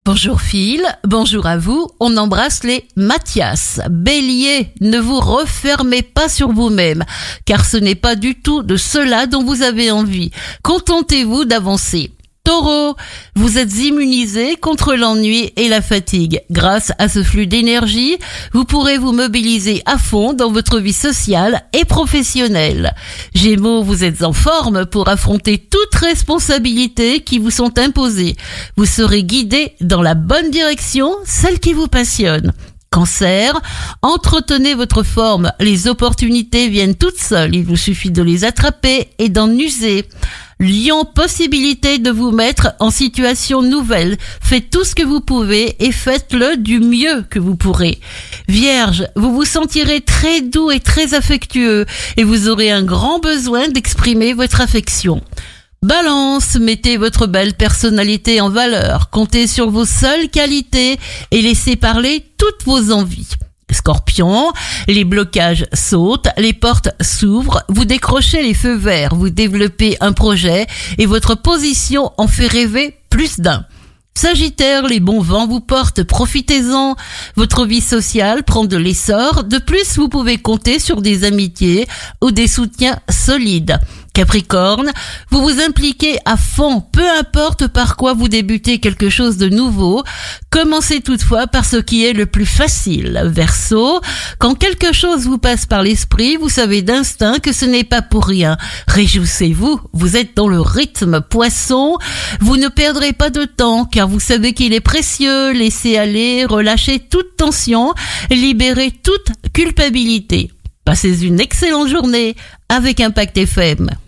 Bonjour Phil, bonjour à vous, on embrasse les Mathias. Bélier, ne vous refermez pas sur vous-même, car ce n'est pas du tout de cela dont vous avez envie. Contentez-vous d'avancer. Taureau, vous êtes immunisé contre l'ennui et la fatigue. Grâce à ce flux d'énergie, vous pourrez vous mobiliser à fond dans votre vie sociale et professionnelle. Gémeaux, vous êtes en forme pour affronter toutes responsabilités qui vous sont imposées. Vous serez guidé dans la bonne direction, celle qui vous passionne. Cancer, entretenez votre forme, les opportunités viennent toutes seules, il vous suffit de les attraper et d'en user. Lion, possibilité de vous mettre en situation nouvelle, faites tout ce que vous pouvez et faites-le du mieux que vous pourrez. Vierge, vous vous sentirez très doux et très affectueux et vous aurez un grand besoin d'exprimer votre affection. Balance, mettez votre belle personnalité en valeur, comptez sur vos seules qualités et laissez parler toutes vos envies. Scorpion, les blocages sautent, les portes s'ouvrent, vous décrochez les feux verts, vous développez un projet et votre position en fait rêver plus d'un. Sagittaire, les bons vents vous portent, profitez-en. Votre vie sociale prend de l'essor. De plus, vous pouvez compter sur des amitiés ou des soutiens solides. Capricorne, vous vous impliquez à fond, peu importe par quoi vous débutez quelque chose de nouveau. Commencez toutefois par ce qui est le plus facile. Verseau, quand quelque chose vous passe par l'esprit, vous savez d'instinct que ce n'est pas pour rien. Réjouissez-vous, vous êtes dans le rythme. Poisson, vous ne perdrez pas de temps car vous savez qu'il est précieux. Laissez aller, relâchez toute tension, libérez toute culpabilité. Passez une excellente journée avec Impact FM.